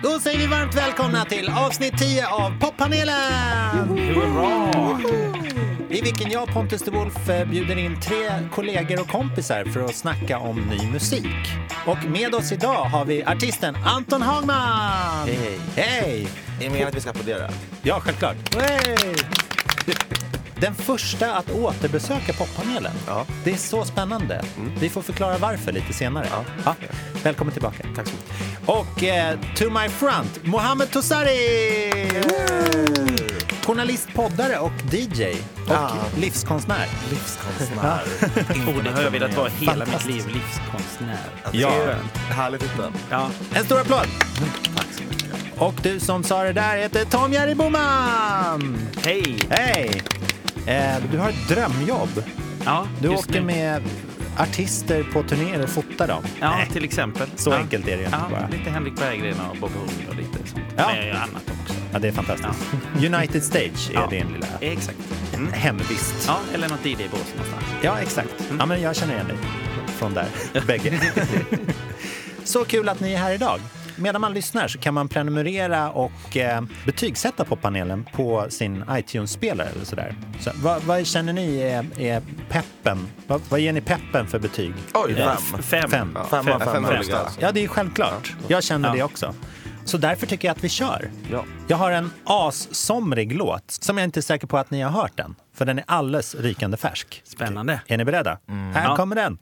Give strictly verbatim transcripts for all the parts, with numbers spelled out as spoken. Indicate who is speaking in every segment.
Speaker 1: Då säger vi varmt välkomna till avsnitt tio av Poppanelen!
Speaker 2: Hurra!
Speaker 1: I vilken jag, Pontus de Wolf, bjuder in tre kollegor och kompisar för att snacka om ny musik. Och med oss idag har vi artisten Anton Hagman!
Speaker 3: Hej!
Speaker 1: Hej!
Speaker 3: Är det meningen att vi ska applådera?
Speaker 1: Ja, självklart. Hey! Den första att återbesöka Poppanelen.
Speaker 3: Ja.
Speaker 1: Det är så spännande. Mm. Vi får förklara varför lite senare. Ja. Ja. Välkommen tillbaka.
Speaker 3: Tack så mycket.
Speaker 1: Och eh, to my front, Mohammed Tosari! Journalist, poddare och D J. Och
Speaker 3: ja.
Speaker 1: livskonstnär.
Speaker 3: Livskonstnär.
Speaker 2: Och det har jag velat vara hela mitt liv, livskonstnär.
Speaker 3: Alltså,
Speaker 1: ja.
Speaker 3: Härligt titel.
Speaker 2: Ja.
Speaker 1: En stor applåd.
Speaker 3: Tack så mycket.
Speaker 1: Och du som sa det där heter Tom Jerry Boman.
Speaker 2: Hej!
Speaker 1: Hej! Eh, du har ett drömjobb.
Speaker 2: Ja,
Speaker 1: Du
Speaker 2: just
Speaker 1: åker
Speaker 2: nu.
Speaker 1: med artister på turnéer och fotar dem.
Speaker 2: Ja,
Speaker 1: Nej,
Speaker 2: till exempel.
Speaker 1: så
Speaker 2: ja.
Speaker 1: enkelt är det ju inte
Speaker 2: Ja,
Speaker 1: bara.
Speaker 2: lite Henrik Berggren och Bob Hund och lite sånt.
Speaker 1: Ja.
Speaker 2: Men jag gör annat också.
Speaker 1: Ja, det är fantastiskt. United Stage är
Speaker 2: Ja.
Speaker 1: din lilla
Speaker 2: Exakt. Mm.
Speaker 1: hemvist.
Speaker 2: Ja, eller något D J-bås någonstans.
Speaker 1: Ja, exakt. Ja, men jag känner igen dig från där, bägge. Så kul att ni är här idag. Medan man lyssnar så kan man prenumerera och eh, betygsätta Poppanelen på sin iTunes-spelare eller sådär. Så, vad, vad känner ni är, är peppen? Vad, vad ger ni peppen för betyg?
Speaker 3: Oj,
Speaker 2: Ja,
Speaker 3: fem.
Speaker 2: Fem.
Speaker 1: Fem.
Speaker 3: Ja, fem av fem.
Speaker 2: Fem.
Speaker 3: Fem.
Speaker 2: Fem.
Speaker 1: Ja, det är självklart. Jag känner
Speaker 2: Ja.
Speaker 1: det också. Så därför tycker jag att vi kör.
Speaker 3: Ja.
Speaker 1: Jag har en assomrig låt som jag inte är säker på att ni har hört än. För den är alldeles rykande färsk.
Speaker 2: Spännande.
Speaker 1: Är ni beredda? Här
Speaker 2: Ja.
Speaker 1: kommer den.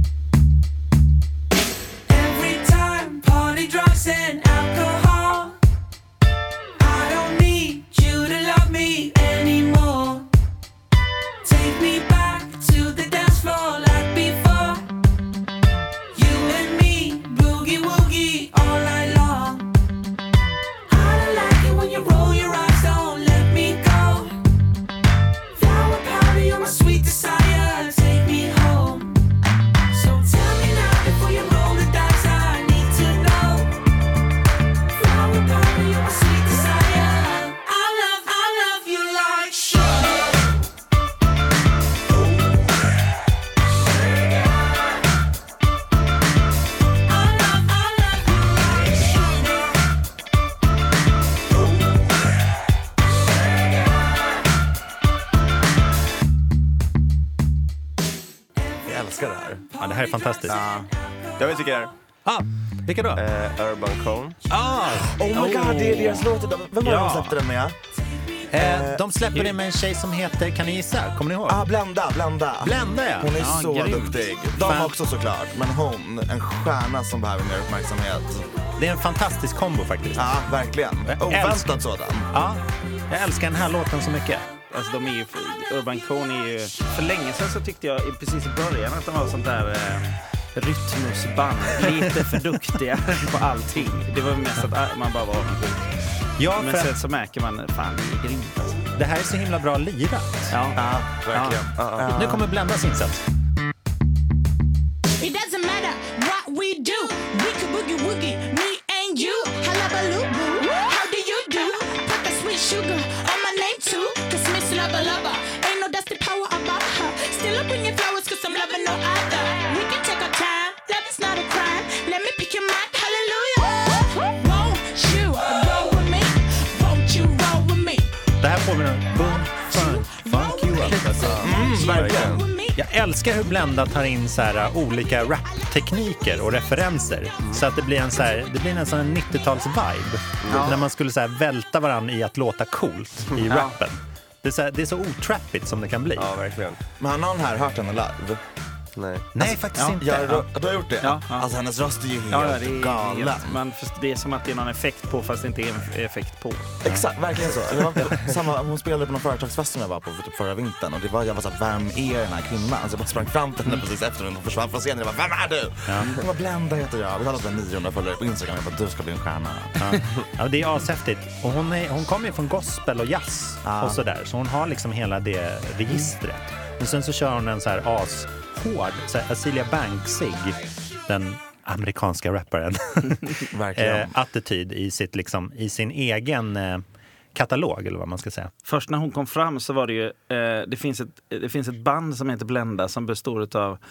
Speaker 4: Every time, party, drugs and alcohol. I don't need you to love me anymore. Take me back to the dance floor like before. You and me, boogie woogie all night long. I don't like it when you roll your eyes, don't let me go. Flower powder, you're my sweet desire, take me home. So tell me now before you roll the dice, I need to know. Flower powder, you're my sweet desire. I love, I love you like sugar. I love, I love you like sugar.
Speaker 3: Jag älskar det här.
Speaker 1: Ja, det här är fantastiskt.
Speaker 3: Ja. Jag vet vilka det är.
Speaker 1: Ah, vilka då?
Speaker 3: Eh, Urban Cone.
Speaker 1: Ah,
Speaker 3: Oh my god, det är deras låt idag. Vem var det
Speaker 2: Ja.
Speaker 3: som släppte den med?
Speaker 1: eh, de släpper det med en tjej som heter, kan ni gissa? Kommer ni ihåg?
Speaker 3: Ah, Blenda, Blenda.
Speaker 1: Blenda, ja.
Speaker 3: Hon är
Speaker 2: Ja,
Speaker 3: så
Speaker 2: grymt.
Speaker 3: duktig. De
Speaker 1: Fan.
Speaker 3: också såklart. Men hon, en stjärna som behöver mer uppmärksamhet.
Speaker 1: Det är en fantastisk kombo faktiskt.
Speaker 3: Ja, verkligen.
Speaker 1: Jag
Speaker 3: Oväntat
Speaker 1: älskar-
Speaker 3: sådan.
Speaker 1: Ja, jag älskar den här låten så mycket.
Speaker 2: Alltså de är ju, Urban Cone är ju, för länge sedan så tyckte jag i- precis i början att de var sånt där eh, rytmusband, lite för duktiga på allting. Det var mest att äh, man bara var
Speaker 1: Ja,
Speaker 2: men
Speaker 1: för
Speaker 2: sen
Speaker 1: att
Speaker 2: så märker man, fan det är grymt alltså.
Speaker 1: det här är så himla bra lirat.
Speaker 2: Ja.
Speaker 3: Ja, verkligen. Ja. Ja.
Speaker 1: Nu kommer Blendas insats.
Speaker 5: It doesn't matter what we do. We could boogie woogie, me and you. Halabaloo, how do you do? Put the sweet sugar on my name too. Cause Miss Lover Lover ain't no dusty power about her. Still I bring you flowers cause I'm loving no other. We can take our time, love is not a crime. Let me pick your mind, hallelujah. Won't you roll with me? Won't you roll with me?
Speaker 1: Det här får vi en boom, fun, funk you up. Alltså.
Speaker 3: Mm, verkligen.
Speaker 5: With me?
Speaker 1: Jag älskar hur Blenda tar in så här uh, olika raptekniker och referenser. Så att det blir en så här, det blir nästan en nittio-tals-vibe. När man skulle så här välta varandra i att låta coolt i rappen. Det är så, här, det är så otrappigt som det kan bli.
Speaker 6: Ja, verkligen.
Speaker 3: Men har någon här hört henne live?
Speaker 6: Nej.
Speaker 1: Nej, faktiskt
Speaker 2: ja.
Speaker 1: inte.
Speaker 3: Ja, du, du har gjort det?
Speaker 2: Ja, ja.
Speaker 3: Alltså hennes röst är ju helt
Speaker 2: Ja, ja, det är
Speaker 3: galen.
Speaker 2: helt, man, först- det är som att det är någon effekt på fast det inte är en effekt på.
Speaker 3: Exakt, verkligen så. Det var på, samma, hon spelade på någon företagsfest som jag var på för typ förra vintern. Och det var, jag var såhär, vem är den här kvinnan? Alltså jag bara sprang fram till henne precis efter hon försvann från scenen. Jag bara, vem är du? Hon var Blenda heter jag. Vi har alltså niohundra följare på Instagram. Jag bara, du ska bli en stjärna.
Speaker 1: Ja. Ja, det är ashäftigt. Och hon, är, hon kommer ju från gospel och jazz
Speaker 3: Ja.
Speaker 1: och sådär. Så hon har liksom hela det registret. Men sen så kör hon en så här ashård, så här Azealia Banksig, den amerikanska rapparen,
Speaker 3: Verkligen.
Speaker 1: eh, attityd i, sitt, liksom, i sin egen eh, katalog, eller vad man ska säga.
Speaker 2: Först när hon kom fram så var det ju, eh, det, finns ett, det finns ett band som heter Blenda som består av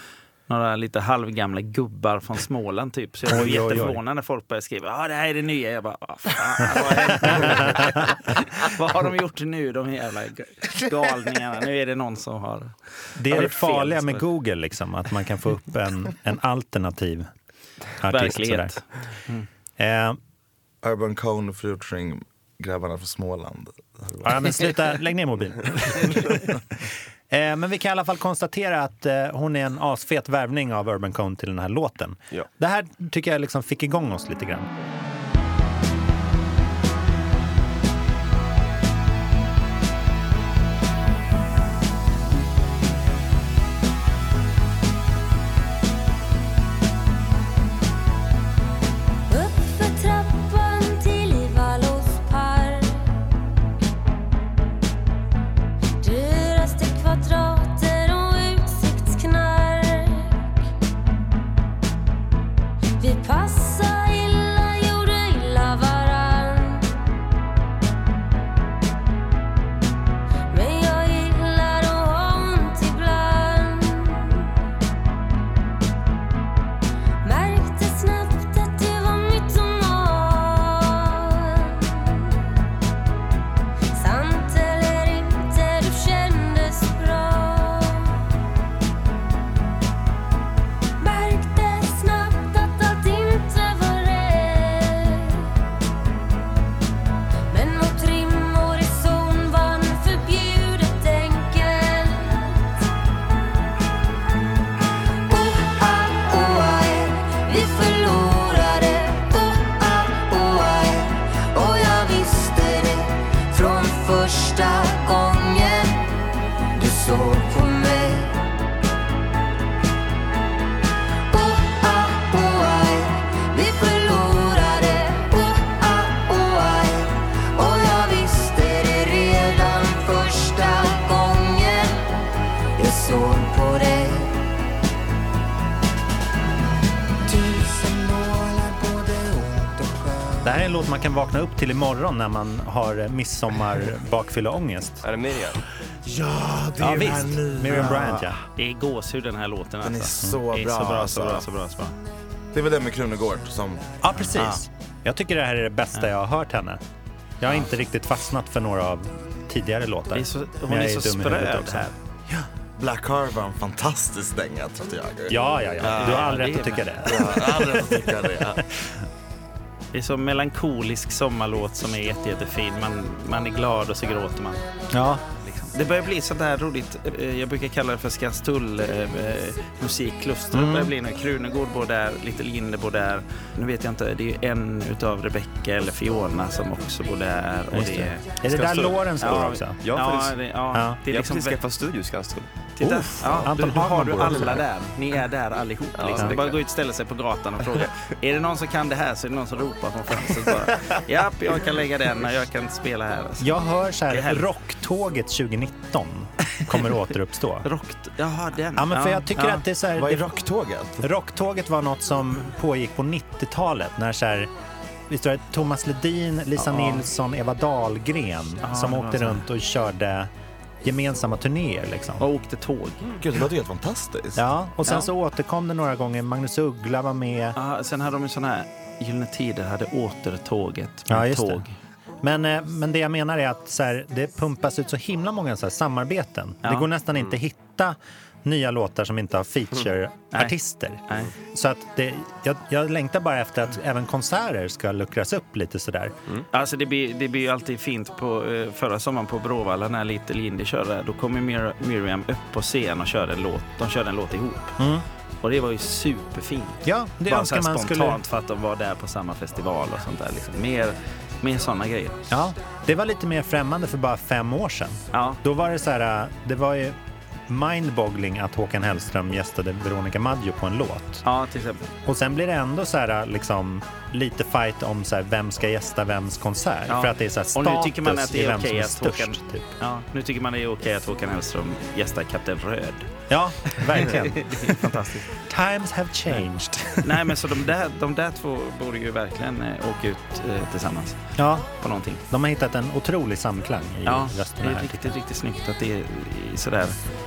Speaker 2: några lite halvgamla gubbar från Småland typ. Så jag var
Speaker 1: Oj, oj, oj.
Speaker 2: jätteförvånad när folk började skriva ja, ah, det här är det nya. Jag bara, vad fan, vad händer? Vad har de gjort nu, de jävla galningarna? Nu är det någon som har...
Speaker 1: Det är
Speaker 2: Ja,
Speaker 1: det
Speaker 2: det är fel,
Speaker 1: farliga med
Speaker 2: så.
Speaker 1: Google, liksom, att man kan få upp en, en alternativ artist.
Speaker 2: Verklighet.
Speaker 1: Eh,
Speaker 3: Urban Cone featuring grabbarna från Småland.
Speaker 1: ja, men sluta, lägg ner mobilen. eh, men vi kan i alla fall konstatera att eh, hon är en asfet värvning av Urban Cone till den här låten.
Speaker 6: Ja.
Speaker 1: Det här tycker jag liksom fick igång oss lite grann.
Speaker 7: Uppför trappan till Ivalos park. Dyraste kvadrater och utsiktsknark. Vi passar illa, gjorde illa varann. Men jag gillar att ha ont ibland. Märkte snabbt att det var mytoman. Sant eller inte, du kändes bra. Märkte snabbt att allt inte var rätt. Men mot rim och reson vann förbjudet enkelt. Oh, ah, oh, ah, eh. Vi förlorade. Oh, ah, oh, ah, eh. Och jag visste det från första gången du såg på mig. Oh, ah, oh, ah, eh. Vi förlorade. Oh, ah, oh, ah, eh. Och jag visste det redan första gången jag såg på dig. Tusen nålar både ont och skönt.
Speaker 1: Det här är en låt man kan vakna upp till imorgon när man har midsommar bakfylleångest.
Speaker 6: Är det Miriam?
Speaker 3: Ja, det
Speaker 1: Ja,
Speaker 3: är
Speaker 1: visst.
Speaker 3: den här nya.
Speaker 1: Miriam Bryant, ja.
Speaker 2: Det är gåshud den här låten.
Speaker 3: Den är
Speaker 2: alltså.
Speaker 3: så
Speaker 2: Det är
Speaker 3: bra,
Speaker 2: så bra, så
Speaker 3: alltså.
Speaker 2: bra, så bra, så bra, så bra.
Speaker 3: Det är väl den med Krunegård som...
Speaker 1: Ja, precis. Jag tycker det här är det bästa jag har hört henne. Jag har inte riktigt fastnat för några av tidigare låtar.
Speaker 2: Det är så,
Speaker 1: Men
Speaker 2: hon
Speaker 1: jag
Speaker 2: är så
Speaker 1: dum i huvudet
Speaker 2: spröd
Speaker 1: också.
Speaker 2: här.
Speaker 3: Black Heart var en fantastisk dänga, tyckte jag.
Speaker 1: Ja, ja, ja. Du har all
Speaker 2: det
Speaker 1: rätt
Speaker 2: är
Speaker 1: att tycka
Speaker 2: med.
Speaker 1: det.
Speaker 3: Ja, jag har aldrig fått tycka det. Ja.
Speaker 2: Det är så melankolisk sommarlåt som är jätte, jättefin. Man, man är glad och så gråter man.
Speaker 1: Ja,
Speaker 2: Liksom. Det börjar bli så där roligt. eh, Jag brukar kalla det för Skanstull eh, eh, musikkluster.
Speaker 1: Mm.
Speaker 2: Det börjar bli nu. Krunegård bor där, Little Jinder bor där. Nu vet jag inte, det är ju en utav Rebecca eller Fiona som också bor där. Och
Speaker 1: Just
Speaker 2: det
Speaker 1: det.
Speaker 2: är...
Speaker 1: Är det där
Speaker 6: Skanstull.
Speaker 1: Lorentz går
Speaker 2: Ja,
Speaker 1: också?
Speaker 6: Jag har
Speaker 2: Ja,
Speaker 6: faktiskt,
Speaker 2: det, ja,
Speaker 1: Ja.
Speaker 2: det är
Speaker 6: jag har
Speaker 2: liksom...
Speaker 6: precis skaffat studio i Skanstull.
Speaker 2: Titta,
Speaker 1: Uff,
Speaker 2: ja,
Speaker 1: Anton
Speaker 2: du, då har
Speaker 1: Hagman
Speaker 2: du
Speaker 1: bor också
Speaker 2: alla
Speaker 1: där.
Speaker 2: där. Ni är där allihop.
Speaker 6: Ja,
Speaker 2: liksom. Det
Speaker 6: det
Speaker 2: är bara
Speaker 6: kan
Speaker 2: att gå ut och ställa sig på gatan och fråga. Är det någon som kan det här, så är det någon som ropar från fönstret bara. Japp, jag kan lägga den och jag kan spela här. Alltså.
Speaker 1: Jag hör så
Speaker 2: Det är
Speaker 1: här,
Speaker 2: härligt.
Speaker 1: Rocktåget tjugonitton kommer återuppstå.
Speaker 2: Rock, jaha, den.
Speaker 1: Ja, men för jag tycker
Speaker 2: ja.
Speaker 1: att det är så här...
Speaker 3: Vad är
Speaker 1: det-
Speaker 3: Rocktåget?
Speaker 1: Rocktåget var något som pågick på nittiotalet när så här, visst var det Thomas Ledin, Lisa
Speaker 2: Ja.
Speaker 1: Nilsson, Eva Dahlgren
Speaker 2: Ja,
Speaker 1: som
Speaker 2: det var
Speaker 1: åkte
Speaker 2: så.
Speaker 1: runt och körde gemensamma turnéer liksom.
Speaker 2: Och åkte tåg.
Speaker 3: Gud, det låter helt fantastiskt.
Speaker 1: Ja, och sen
Speaker 2: Ja.
Speaker 1: så återkom det några gånger. Magnus Uggla var med.
Speaker 2: Ja, sen hade de ju sån här Gyllene Tider hade återtåget.
Speaker 1: Ja,
Speaker 2: med
Speaker 1: just det.
Speaker 2: tåg.
Speaker 1: Men, eh, men det jag menar är att så här, det pumpas ut så himla många så här samarbeten.
Speaker 2: Ja.
Speaker 1: Det går nästan inte att hitta nya låtar som inte har feature-artister.
Speaker 2: Nej.
Speaker 1: Så att det, jag, jag längtar bara efter att även konserter ska luckras upp lite sådär.
Speaker 2: Alltså det blir, det blir ju alltid fint på eh, förra sommaren på Bråvalla när Little Jinder körde. Då kom ju Mir- Miriam upp på scen och körde en låt. De körde en låt ihop.
Speaker 1: Mm.
Speaker 2: Och det var ju superfint.
Speaker 1: Ja, det
Speaker 2: Bara
Speaker 1: önskar
Speaker 2: så här
Speaker 1: man
Speaker 2: spontant
Speaker 1: skulle...
Speaker 2: för att de var där på samma festival och sånt där. Liksom. Mer, mer sådana grejer.
Speaker 1: Ja, det var lite mer främmande för bara fem år sedan.
Speaker 2: Ja,
Speaker 1: Då var det så här, det var ju mindboggling att Håkan Hellström gästade Veronica Maggio på en låt.
Speaker 2: ja till exempel.
Speaker 1: Och sen blir det ändå så här liksom lite fight om så här, vem ska gästa vems konsert.
Speaker 2: Ja.
Speaker 1: För att det är så här
Speaker 2: Och
Speaker 1: status
Speaker 2: nu tycker man att det är
Speaker 1: i vem
Speaker 2: okej
Speaker 1: som är
Speaker 2: att
Speaker 1: störst.
Speaker 2: Håkan-
Speaker 1: Typ.
Speaker 2: Ja, nu tycker man det är okej att Håkan Hellström gästar Kapten Röd.
Speaker 1: Ja, verkligen.
Speaker 2: Fantastiskt.
Speaker 1: Times have changed.
Speaker 2: Nej, men så de där, de där två borde ju verkligen eh, åka ut eh, tillsammans
Speaker 1: Ja,
Speaker 2: på någonting.
Speaker 1: de har hittat en otrolig samklang i
Speaker 2: Ja, det
Speaker 1: rösterna
Speaker 2: är
Speaker 1: här.
Speaker 2: riktigt, riktigt snyggt att det är sådär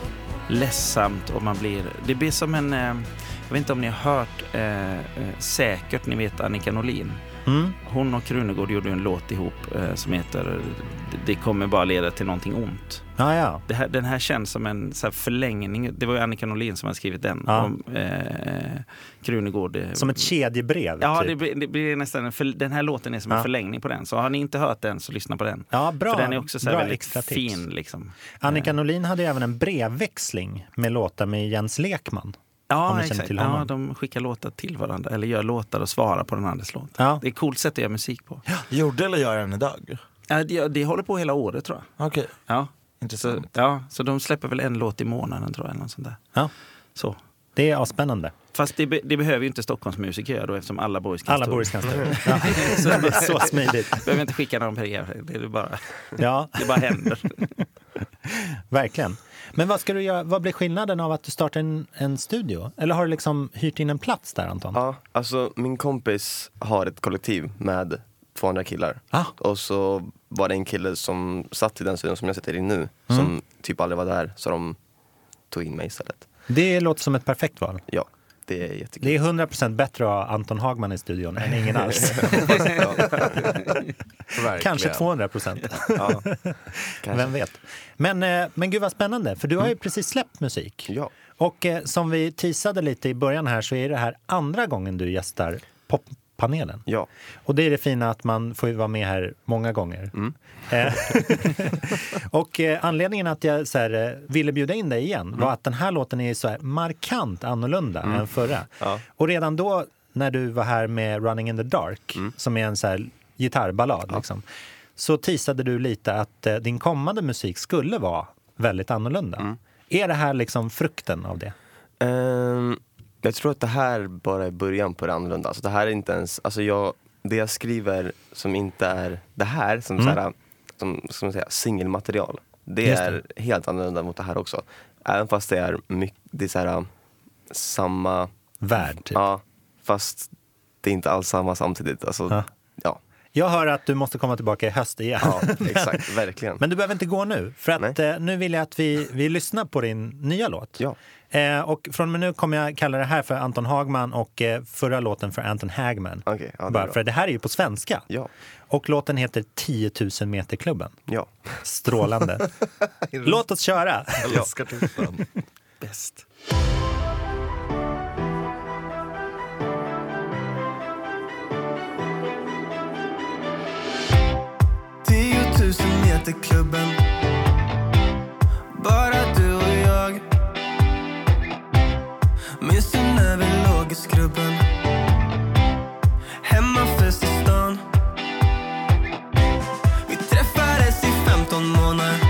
Speaker 2: ledsamt och man blir... Det blir som en... Eh, jag vet inte om ni har hört eh, eh, säkert, ni vet Annika Norlin.
Speaker 1: Mm.
Speaker 2: Hon och Krunegård gjorde en låt ihop eh, som heter Det kommer bara leda till någonting ont.
Speaker 1: Ah, ja.
Speaker 2: Det här, den här känns som en så här förlängning. Det var ju Annika Norlin som har skrivit den.
Speaker 1: Ja.
Speaker 2: Om, eh, Krunegård. Eh,
Speaker 1: Som ett kedjebrev.
Speaker 2: Ja,
Speaker 1: typ.
Speaker 2: det blir, det blir nästan en för, den här låten är som
Speaker 1: Ja.
Speaker 2: en förlängning på den. Så har ni inte hört den så lyssna på den.
Speaker 1: Ja, bra.
Speaker 2: För den är också så här
Speaker 1: Bra
Speaker 2: väldigt
Speaker 1: extra tips.
Speaker 2: fin liksom.
Speaker 1: Annika Norlin hade även en brevväxling med låtar med Jens Lekman. Om
Speaker 2: Ja,
Speaker 1: ni känner
Speaker 2: exakt.
Speaker 1: till
Speaker 2: Ja,
Speaker 1: honom.
Speaker 2: de skickar låtar till varandra eller gör låtar och svarar på den andras låt.
Speaker 1: Ja.
Speaker 2: Det är ett coolt sätt att göra musik på.
Speaker 3: Gjorde eller gör den idag?
Speaker 2: Ja, det, det håller på hela året tror jag.
Speaker 3: Okej,
Speaker 2: Ja. Så,
Speaker 3: intressant.
Speaker 2: ja, så de släpper väl en låt i månaden tror jag eller något sånt där.
Speaker 1: Ja.
Speaker 2: Så.
Speaker 1: Det är spännande.
Speaker 2: Fast det, be, det behöver ju inte Stockholmsmusiker göra då eftersom alla bor i Skanstull.
Speaker 1: Alla bor i Skanstull. Ja. Så det är så smidigt.
Speaker 2: Behöver inte skicka någon brev. Det är bara,
Speaker 1: Ja,
Speaker 2: det bara händer.
Speaker 1: verkligen. Men vad ska du göra? Vad blir skillnaden av att du startar en, en studio? Eller har du liksom hyrt in en plats där, Anton?
Speaker 6: Ja, alltså min kompis har ett kollektiv med tvåhundra killar.
Speaker 1: Ah.
Speaker 6: Och så var det en kille som satt i den studion som jag sitter i nu, som typ aldrig var där, så de tog in mig istället.
Speaker 1: Det låter som ett perfekt val.
Speaker 6: Ja, det är jättekul.
Speaker 1: Det är hundra procent bättre att ha Anton Hagman i studion än ingen alls. Kanske tvåhundra procent.
Speaker 6: Ja,
Speaker 1: Vem vet. Men, eh, men gud vad spännande, för du har ju precis släppt musik.
Speaker 6: Ja.
Speaker 1: Och eh, som vi teasade lite i början här så är det här andra gången du gästar poppanelen.
Speaker 6: Ja.
Speaker 1: Och det är det fina att man får ju vara med här många gånger.
Speaker 6: Mm.
Speaker 1: Eh, och eh, anledningen att jag så här, eh, ville bjuda in dig igen var att den här låten är så här markant annorlunda än förra.
Speaker 6: Ja.
Speaker 1: Och redan då när du var här med Running in the Dark, som är en så här gitarrballad liksom, så teasade du lite att eh, din kommande musik skulle vara väldigt annorlunda. Är det här liksom frukten av det?
Speaker 6: Ehm, jag tror att det här bara är början på det annorlunda. Alltså det här är inte ens, alltså jag, det jag skriver som inte är det här, som,
Speaker 1: Mm.
Speaker 6: så här, som ska man säga, singelmaterial. Det
Speaker 1: Just
Speaker 6: är helt annorlunda mot det här också. Även fast det är mycket, det är så här, samma,
Speaker 1: Värld typ.
Speaker 6: ja, fast det är inte alls samma samtidigt. Alltså,
Speaker 1: Ja.
Speaker 6: ja.
Speaker 1: Jag hör att du måste komma tillbaka i höst igen.
Speaker 6: Ja, exakt, verkligen.
Speaker 1: Men du behöver inte gå nu, för att eh, nu vill jag att vi, vi lyssnar på din nya låt.
Speaker 6: Ja.
Speaker 1: Eh, och från och med nu kommer jag kalla det här för Anton Hagman och eh, förra låten för Anton Hagman.
Speaker 6: Okej, ja, det är
Speaker 1: Bara
Speaker 6: bra.
Speaker 1: för det här är ju på svenska.
Speaker 6: Ja.
Speaker 1: Och låten heter tio tusen meter klubben.
Speaker 6: Ja.
Speaker 1: Strålande. Låt oss köra.
Speaker 3: Jag älskar titeln.
Speaker 2: Bäst.
Speaker 8: tiotusen meter klubben. Bara du och jag. Minns du när vi låg i skrubben? Hemmafest i stan. Vi träffades i femton månader.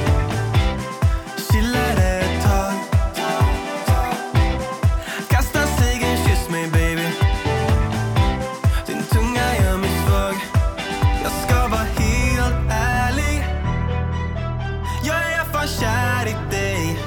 Speaker 8: Chillade ett tag. Kasta cigen, kyss mig baby. Din tunga gör mig svag. Jag ska vara helt ärlig. Jag är fan kär i dig.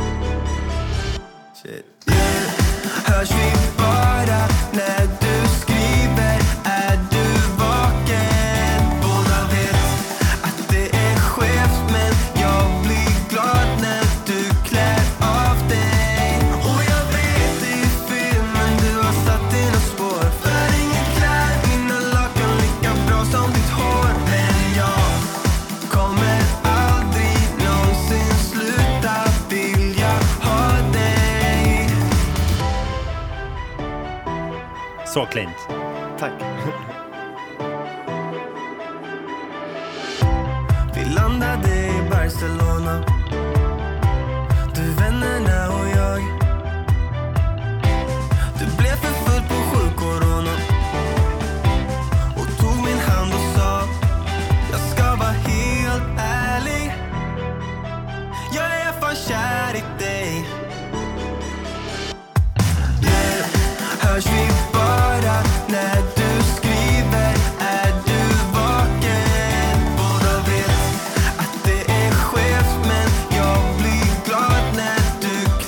Speaker 8: Shit. Yeah. Hörs vi bara när du skriver? Är du vaken? Båda vet att det är skevt, men jag blir glad när du klär av dig. Och jag vet det är fel, men du har satt dina spår. För inget klär mina lakan lika bra som ditt hår. Men jag kommer aldrig någonsin sluta vilja ha dig.
Speaker 1: Så klint.
Speaker 6: Tack.
Speaker 8: Vi landade i Barcelona. Du, vännerna och jag. Du blev för full på sjuk corona och tog min hand och sa: jag ska vara helt ärlig. Jag är fan kär i dig. Yeah. Hörs vi bara när du skriver? Är du vaken? Båda vet att det är skevt, men jag blir glad när du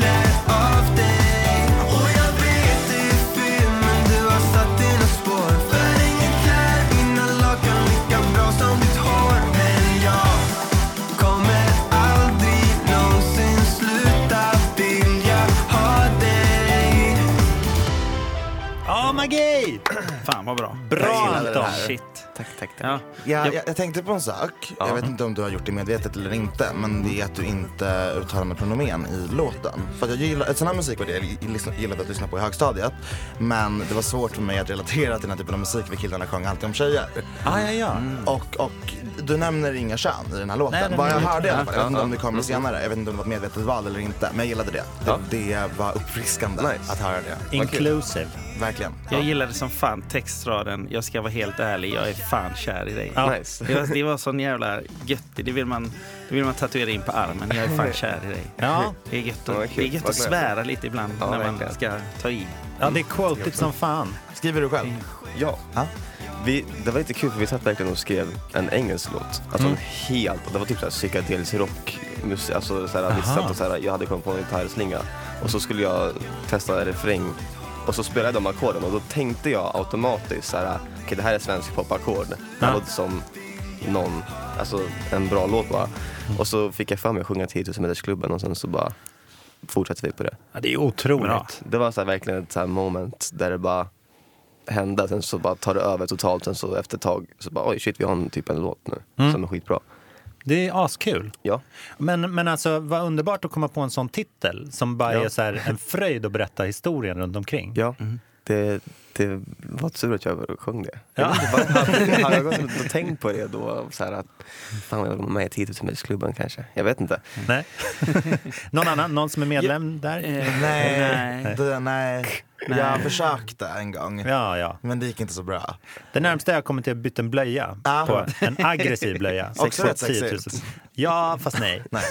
Speaker 2: vad bra.
Speaker 1: Bra,
Speaker 3: gillade det
Speaker 1: Anton.
Speaker 3: här.
Speaker 2: Shit.
Speaker 6: Tack, tack, tack.
Speaker 2: Ja.
Speaker 3: Ja, jag, jag tänkte på en sak.
Speaker 6: Ja.
Speaker 3: Jag vet inte om du har gjort det medvetet eller inte. Men det är att du inte uttalar med pronomen i låten. För att jag gillar, sån här musik var det jag gillade att lyssna på i högstadiet. Men det var svårt för mig att relatera till den här typen av musik. För killarna sjöng alltid om tjejer.
Speaker 1: Ah, ja, ja.
Speaker 3: Och, och du nämner inga kön i den här låten.
Speaker 1: Nej, den
Speaker 3: Vad jag
Speaker 1: är-
Speaker 3: hörde i alla fall. Jag vet inte om det kommer
Speaker 6: Mm.
Speaker 3: senare. Jag vet inte om det var ett medvetet val eller inte. Men jag gillade det. Det,
Speaker 6: Ja.
Speaker 3: det var uppfriskande
Speaker 6: Nice.
Speaker 3: att höra det.
Speaker 1: Inclusive.
Speaker 3: Verkligen.
Speaker 2: Jag gillade som fan textraden. Jag ska vara helt ärlig, jag är fan kär i dig.
Speaker 1: Ja.
Speaker 6: Nice.
Speaker 2: Det var, det var sån jävla göttig. Det vill man, det vill man tatuera in på armen. Jag är fan kär i dig.
Speaker 1: Ja.
Speaker 2: Det är gött
Speaker 6: Ja, vad
Speaker 2: att,
Speaker 6: kul.
Speaker 2: det är gött
Speaker 6: Vad
Speaker 2: att
Speaker 6: glad.
Speaker 2: svära lite ibland
Speaker 6: Ja,
Speaker 2: när man
Speaker 6: verkligen.
Speaker 2: ska ta i.
Speaker 1: Ja, det är quoted som fan.
Speaker 3: Skriver du själv?
Speaker 6: Ja.
Speaker 3: Ja.
Speaker 6: Vi, det var lite kul för vi satt verkligen och skrev en engelsk låt. Alltså
Speaker 1: Mm.
Speaker 6: en helt, det var typ såhär psykedelisk rock musik, alltså såhär, vi
Speaker 1: Aha.
Speaker 6: satt och såhär, jag hade kommit på en gitarrslinga och så skulle jag testa en refräng och så spelade jag de ackorden och då tänkte jag automatiskt såhär, okej okay, det här är svensk popackord. Det
Speaker 1: Ja.
Speaker 6: låter som någon, alltså en bra låt bara. Och så fick jag för mig att sjunga tio tusen meters klubben och sen så bara fortsatte vi på det.
Speaker 1: Ja, det är otroligt.
Speaker 6: Det var så här, verkligen ett så här moment där det bara hände, sen så bara tar det över totalt, sen så efter ett tag så bara oj shit vi har en typ en låt nu
Speaker 1: Mm.
Speaker 6: som är skitbra.
Speaker 1: Det är askul.
Speaker 6: Ja.
Speaker 1: Men, men alltså, vad underbart att komma på en sån titel som bara
Speaker 6: Ja.
Speaker 1: är så här en fröjd att berätta historien runt omkring.
Speaker 6: Ja, det, det var tur att jag sjöng det.
Speaker 1: Ja.
Speaker 6: Jag vet inte, vad- hade, hade jag gått och tänkt på det då så här att fan jag var med i tio tusen meters klubben kanske. Jag vet inte.
Speaker 1: Nej. Någon annan? Någon som är medlem där?
Speaker 2: Eh,
Speaker 3: Nej,
Speaker 2: nej.
Speaker 3: det, nej.
Speaker 2: Nej.
Speaker 3: Jag försökte en gång.
Speaker 1: Ja, ja.
Speaker 3: Men det gick inte så bra.
Speaker 1: Det närmsta jag kommer till att byta en blöja
Speaker 3: Ah.
Speaker 1: på en aggressiv blöja.
Speaker 3: Också
Speaker 1: sex fot,
Speaker 3: rätt sexigt.
Speaker 1: tio tusen. Ja, fast nej.
Speaker 3: Nej.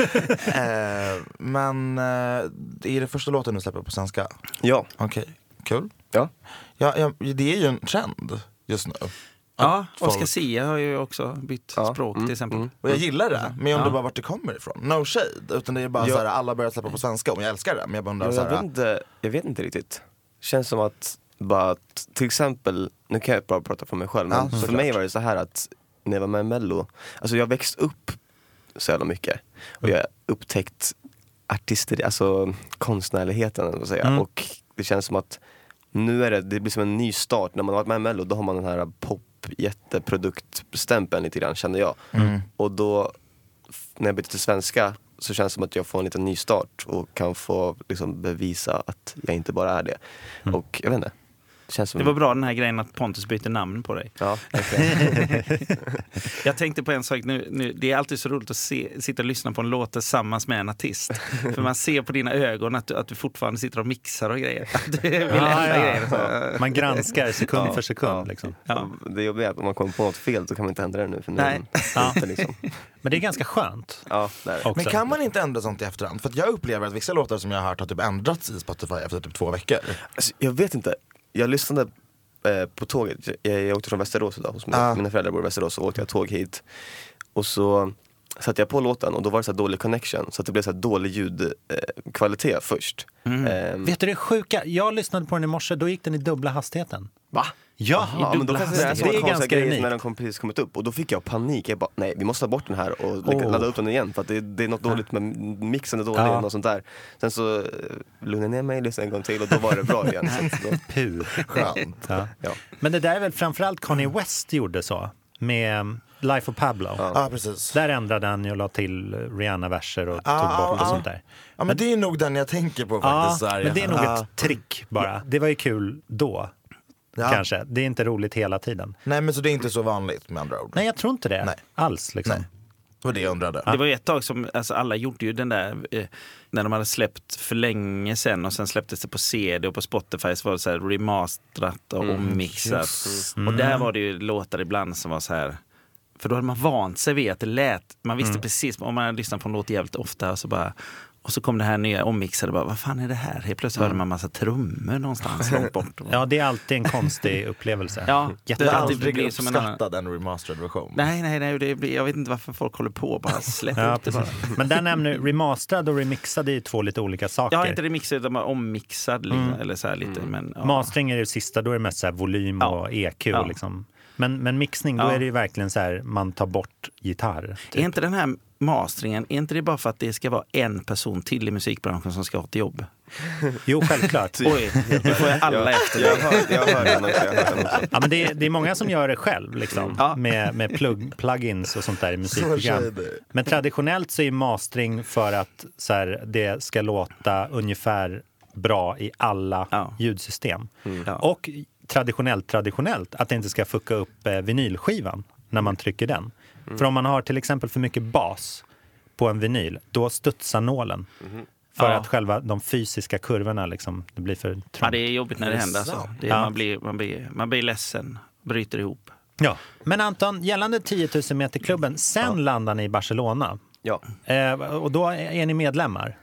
Speaker 3: eh, men eh, är det första låten du släpper på svenska?
Speaker 6: Ja.
Speaker 3: Okej, kul.
Speaker 6: Ja.
Speaker 3: Ja, ja, det är ju en trend just nu.
Speaker 2: Ja,
Speaker 3: folk-
Speaker 2: Oscar Sia har ju också bytt
Speaker 6: Ja,
Speaker 2: språk
Speaker 6: mm,
Speaker 2: till exempel.
Speaker 6: mm.
Speaker 3: Och jag gillar det, men jag undrar
Speaker 2: Ja.
Speaker 3: bara vart det kommer ifrån. No shade, utan det är bara
Speaker 6: Ja.
Speaker 3: så här, alla börjar släppa på svenska och jag älskar det. Men jag bara undrar
Speaker 6: Jag,
Speaker 3: så
Speaker 6: jag, vet
Speaker 3: här,
Speaker 6: inte, jag vet inte riktigt. Känns som att bara att, till exempel, nu kan jag bara prata för mig själv, men
Speaker 3: Ja,
Speaker 6: för
Speaker 3: såklart.
Speaker 6: mig var det så här att när jag var med i Mello, alltså jag växt upp så jävla mycket och jag har upptäckt artister, alltså konstnärligheten så att säga.
Speaker 1: Mm.
Speaker 6: Och det känns som att nu är det, det blir som en ny start. När man har varit med i Mello, då har man den här pop jätteproduktstämpeln lite grann, känner jag.
Speaker 3: Mm.
Speaker 6: Och då, f- när jag byter till svenska, så känns det som att jag får en liten ny start och kan få liksom bevisa att jag inte bara är det.
Speaker 1: Mm.
Speaker 6: Och jag vet inte. Det känns som...
Speaker 2: Det var bra den här grejen att Pontus byter namn på dig.
Speaker 6: Ja, verkligen.
Speaker 2: Jag tänkte på en sak nu, nu. Det är alltid så roligt att se, sitta och lyssna på en låt tillsammans med en artist. För man ser på dina ögon att du, att du fortfarande sitter och mixar och grejer. Att du vill ändra
Speaker 1: Ja, ja.
Speaker 2: grejer. Så.
Speaker 1: Man granskar sekund
Speaker 6: Ja,
Speaker 1: för sekund.
Speaker 6: ja.
Speaker 1: Liksom.
Speaker 2: Ja.
Speaker 6: Det jobbiga är att om man kommer på något fel så kan man inte ändra det nu. För nu
Speaker 2: Nej.
Speaker 1: Ja.
Speaker 6: ja. liksom.
Speaker 1: Men det är ganska skönt
Speaker 6: Ja, där.
Speaker 1: också.
Speaker 3: Men kan man inte ändra sånt i efterhand? För att jag upplever att vissa låtar som jag har hört har typ ändrats i Spotify efter typ två veckor.
Speaker 6: Alltså, jag vet inte. Jag lyssnade eh, på tåget. Jag, jag åkte från Västerås idag hos mig.
Speaker 3: Ah.
Speaker 6: Mina föräldrar bor i Västerås, så åkte jag tåg hit. Och så satte jag på låten och då var det så här dålig connection. Så att det blev så här dålig ljudkvalitet eh, kvalitet först. Ehm,
Speaker 1: Vet du det sjuka? Jag lyssnade på den i morse, då gick den i dubbla hastigheten.
Speaker 6: Va?
Speaker 1: Ja,
Speaker 6: Ja, men då kanske det är,
Speaker 1: det
Speaker 6: så
Speaker 1: är
Speaker 6: konstiga
Speaker 1: ganska
Speaker 6: grejer
Speaker 1: unikt.
Speaker 6: när den kom precis kommit upp. Och då fick jag panik. Jag bara, nej vi måste ta bort den här och
Speaker 1: Åh.
Speaker 6: ladda upp den igen. För att det, det är något dåligt med mixen är dålig
Speaker 1: Ja.
Speaker 6: och sånt där. Sen så eh, lugnade jag ner mig, lyssnade en gång till och då var det bra igen. Så att då,
Speaker 1: Puh.
Speaker 3: Skönt.
Speaker 1: Ja.
Speaker 6: ja.
Speaker 1: Men det där är väl framförallt Kanye West gjorde så med Life of Pablo.
Speaker 6: Ja.
Speaker 3: Ja, precis.
Speaker 1: Där ändrade han ju och la till Rihanna-verser och
Speaker 3: Ah,
Speaker 1: tog bort
Speaker 3: ah,
Speaker 1: och
Speaker 3: ah.
Speaker 1: sånt där.
Speaker 3: Ja, men det är nog den jag tänker på
Speaker 1: Ja,
Speaker 3: faktiskt. så här.
Speaker 1: men det är nog
Speaker 3: Ja.
Speaker 1: ett trick bara. Det var ju kul då,
Speaker 3: Ja.
Speaker 1: kanske. Det är inte roligt hela tiden.
Speaker 3: Nej, men så det är inte så vanligt med andra ord.
Speaker 1: Nej, jag tror inte det
Speaker 3: Nej.
Speaker 1: alls. Liksom.
Speaker 3: Nej. Det var det jag undrade.
Speaker 2: Det var ju ett tag som alltså alla gjorde ju den där eh, när de hade släppt för länge sedan och sen släpptes det på C D och på Spotify så var det så här remasterat och ommixat. Och där var det ju låtar ibland som var så här, för då hade man vant sig vid att det lät, man visste precis om man hade lyssnat på en låt jävligt ofta och så bara, och så kom det här nya ommixade, bara vad fan är det här? Helt plötsligt hörde man massa trummor någonstans långt bort.
Speaker 1: Ja, det är alltid en konstig upplevelse.
Speaker 2: Ja,
Speaker 3: Jag
Speaker 2: det,
Speaker 3: har
Speaker 2: det
Speaker 3: aldrig
Speaker 2: blir som en annan.
Speaker 3: uppskattat en remastered version.
Speaker 2: Nej, nej, nej, det blir, jag vet inte varför folk håller på, bara släpp
Speaker 1: Ja,
Speaker 2: ut det bara.
Speaker 1: precis. Men där nämner remasterad och remixad är ju två lite olika saker.
Speaker 2: Jag har inte remixat utan bara ommixad liksom, eller så här lite. Men, ja.
Speaker 1: Mastering är det sista, då är det mest så här volym
Speaker 2: Ja.
Speaker 1: och E Q.
Speaker 2: Ja.
Speaker 1: Liksom. Men, men mixning, då
Speaker 2: Ja.
Speaker 1: är det ju verkligen så här, man tar bort gitarr.
Speaker 2: Är inte den här masteringen, är inte det bara för att det ska vara en person till i musikbranschen som ska ha ett jobb?
Speaker 1: Jo, självklart.
Speaker 2: Oj, nu får jag alla efter.
Speaker 6: Jag hör, jag hör den också. Jag hör den också.
Speaker 1: Ja, men det, är, det är många som gör det själv liksom,
Speaker 2: Ja.
Speaker 1: med, med plug, plugins och sånt där i musikprogram. Men traditionellt så är mastering för att så här, det ska låta ungefär bra i alla
Speaker 2: Ja.
Speaker 1: ljudsystem.
Speaker 2: Ja.
Speaker 1: Och traditionellt, traditionellt att det inte ska fucka upp eh, vinylskivan när man trycker den. För om man har till exempel för mycket bas på en vinyl, då studsar nålen. För
Speaker 2: Ja.
Speaker 1: att själva de fysiska kurvorna liksom, det blir för trångt.
Speaker 2: Ja, det är jobbigt när det händer. Alltså. Det är,
Speaker 1: Ja.
Speaker 2: man, blir, man, blir, man blir ledsen, bryter ihop.
Speaker 1: Ja. Men Anton, gällande tio tusen meter klubben, sen landar ni i Barcelona.
Speaker 6: Ja.
Speaker 1: Eh, och då är ni medlemmar,